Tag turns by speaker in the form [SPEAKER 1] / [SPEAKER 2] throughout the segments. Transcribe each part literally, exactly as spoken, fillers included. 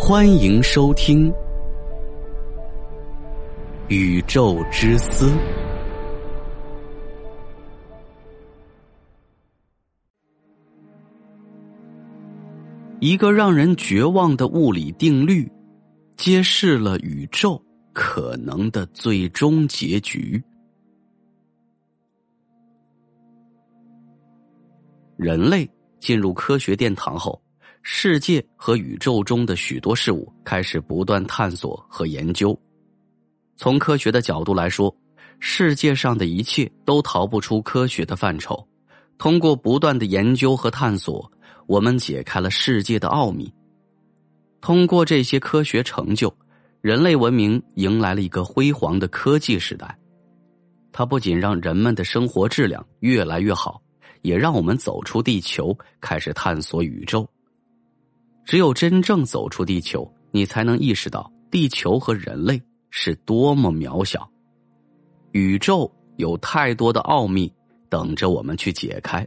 [SPEAKER 1] 欢迎收听《宇宙之思》。一个让人绝望的物理定律，揭示了宇宙可能的最终结局。人类进入科学殿堂后，世界和宇宙中的许多事物开始不断探索和研究。从科学的角度来说，世界上的一切都逃不出科学的范畴。通过不断的研究和探索，我们解开了世界的奥秘。通过这些科学成就，人类文明迎来了一个辉煌的科技时代。它不仅让人们的生活质量越来越好，也让我们走出地球，开始探索宇宙。只有真正走出地球，你才能意识到地球和人类是多么渺小。宇宙有太多的奥秘等着我们去解开。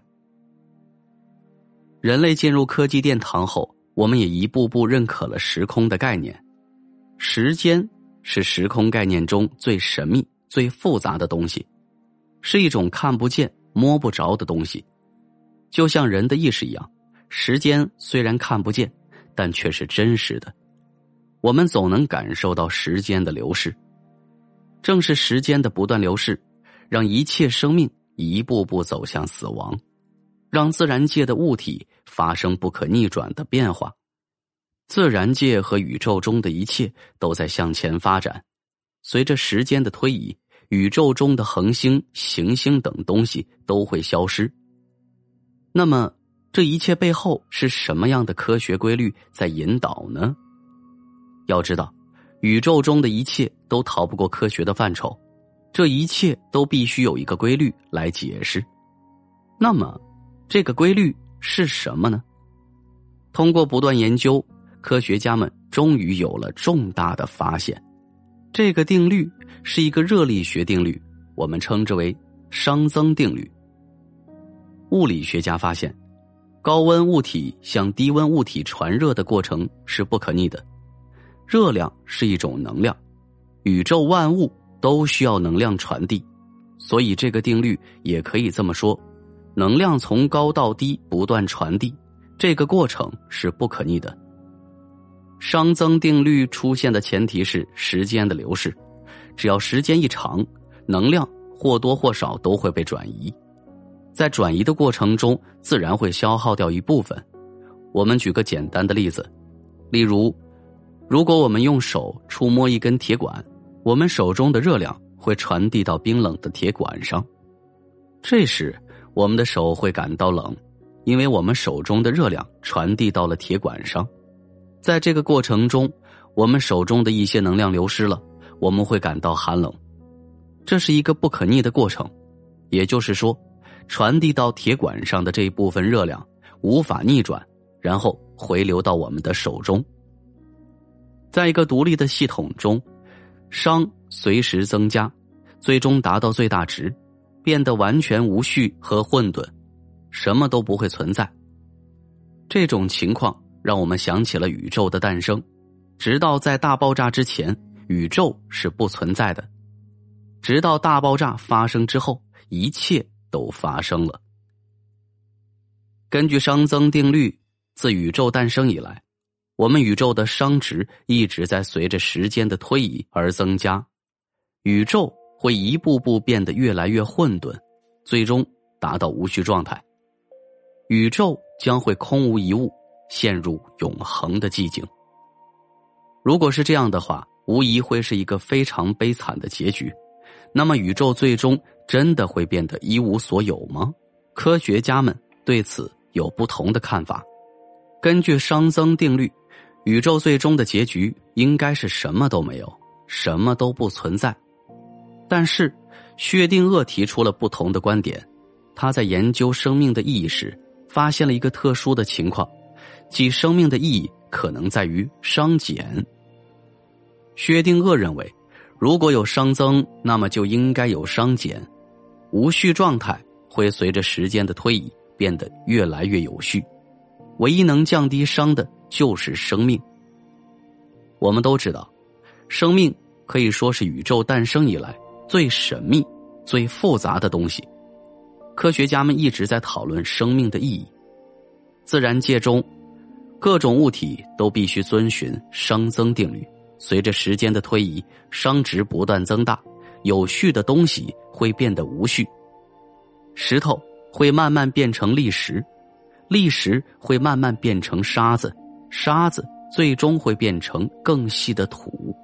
[SPEAKER 1] 人类进入科技殿堂后，我们也一步步认可了时空的概念。时间是时空概念中最神秘、最复杂的东西，是一种看不见、摸不着的东西。就像人的意识一样，时间虽然看不见，但却是真实的。我们总能感受到时间的流逝。正是时间的不断流逝，让一切生命一步步走向死亡，让自然界的物体发生不可逆转的变化。自然界和宇宙中的一切都在向前发展。随着时间的推移，宇宙中的恒星、行星等东西都会消失。那么这一切背后是什么样的科学规律在引导呢？要知道，宇宙中的一切都逃不过科学的范畴，这一切都必须有一个规律来解释。那么这个规律是什么呢？通过不断研究，科学家们终于有了重大的发现。这个定律是一个热力学定律，我们称之为熵增定律。物理学家发现，高温物体向低温物体传热的过程是不可逆的。热量是一种能量，宇宙万物都需要能量传递，所以这个定律也可以这么说，能量从高到低不断传递，这个过程是不可逆的。熵增定律出现的前提是时间的流逝，只要时间一长，能量或多或少都会被转移。在转移的过程中，自然会消耗掉一部分。我们举个简单的例子，例如，如果我们用手触摸一根铁管，我们手中的热量会传递到冰冷的铁管上。这时，我们的手会感到冷，因为我们手中的热量传递到了铁管上。在这个过程中，我们手中的一些能量流失了，我们会感到寒冷。这是一个不可逆的过程，也就是说，传递到铁管上的这一部分热量无法逆转，然后回流到我们的手中。在一个独立的系统中，熵随时增加，最终达到最大值，变得完全无序和混沌，什么都不会存在。这种情况让我们想起了宇宙的诞生。直到在大爆炸之前，宇宙是不存在的。直到大爆炸发生之后，一切都发生了。根据熵增定律，自宇宙诞生以来，我们宇宙的熵值一直在随着时间的推移而增加。宇宙会一步步变得越来越混沌，最终达到无序状态。宇宙将会空无一物，陷入永恒的寂静。如果是这样的话，无疑会是一个非常悲惨的结局。那么宇宙最终真的会变得一无所有吗？科学家们对此有不同的看法。根据熵增定律，宇宙最终的结局应该是什么都没有，什么都不存在。但是薛定谔提出了不同的观点。他在研究生命的意义时，发现了一个特殊的情况，即生命的意义可能在于熵减。薛定谔认为，如果有熵增，那么就应该有熵减。无序状态会随着时间的推移变得越来越有序，唯一能降低熵的就是生命。 我们都知道，生命可以说是宇宙诞生以来最神秘、最复杂的东西。科学家们一直在讨论生命的意义。自然界中，各种物体都必须遵循熵增定律，随着时间的推移，熵值不断增大，有序的东西会变得无序。石头会慢慢变成砾石，砾石会慢慢变成沙子，沙子最终会变成更细的土。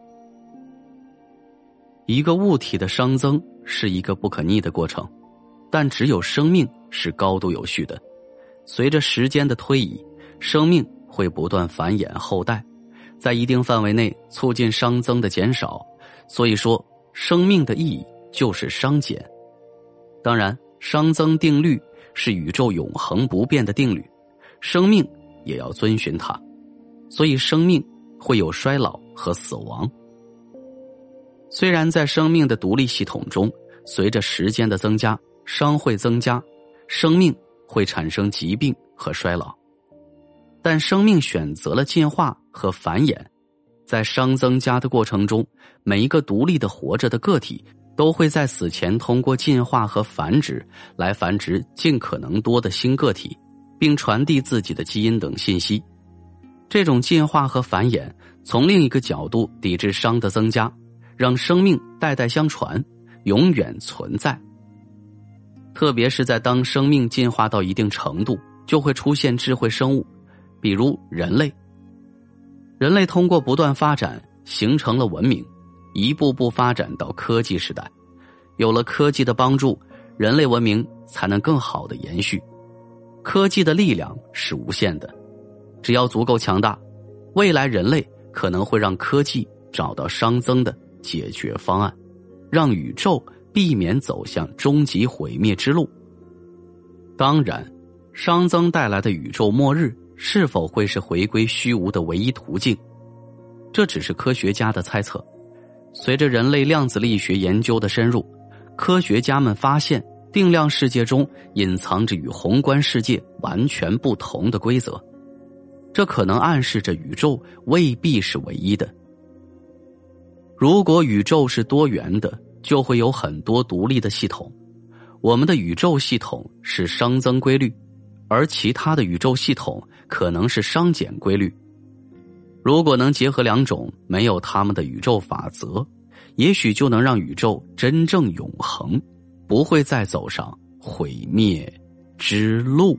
[SPEAKER 1] 一个物体的熵增是一个不可逆的过程，但只有生命是高度有序的。随着时间的推移，生命会不断繁衍后代，在一定范围内促进熵增的减少。所以说，生命的意义就是熵减。当然，熵增定律是宇宙永恒不变的定律，生命也要遵循它，所以生命会有衰老和死亡。虽然在生命的独立系统中，随着时间的增加，熵会增加，生命会产生疾病和衰老，但生命选择了进化和繁衍。在熵增加的过程中，每一个独立的活着的个体都会在死前通过进化和繁殖来繁殖尽可能多的新个体，并传递自己的基因等信息。这种进化和繁衍从另一个角度抵制熵的增加，让生命代代相传，永远存在。特别是在当生命进化到一定程度，就会出现智慧生物，比如人类。人类通过不断发展形成了文明，一步步发展到科技时代。有了科技的帮助，人类文明才能更好的延续。科技的力量是无限的，只要足够强大，未来人类可能会让科技找到熵增的解决方案，让宇宙避免走向终极毁灭之路。当然，熵增带来的宇宙末日是否会是回归虚无的唯一途径，这只是科学家的猜测。随着人类量子力学研究的深入，科学家们发现定量世界中隐藏着与宏观世界完全不同的规则，这可能暗示着宇宙未必是唯一的。如果宇宙是多元的，就会有很多独立的系统。我们的宇宙系统是熵增规律，而其他的宇宙系统可能是熵减规律。如果能结合两种没有它们的宇宙法则，也许就能让宇宙真正永恒，不会再走上毁灭之路。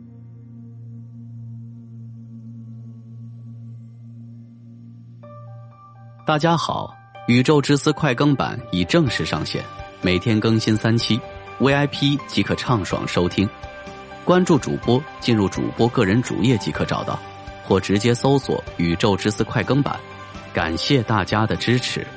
[SPEAKER 1] 大家好，宇宙之思快更版已正式上线，每天更新三期 ，V I P 即可畅爽收听。关注主播，进入主播个人主页即可找到，或直接搜索宇宙之思快更版。感谢大家的支持。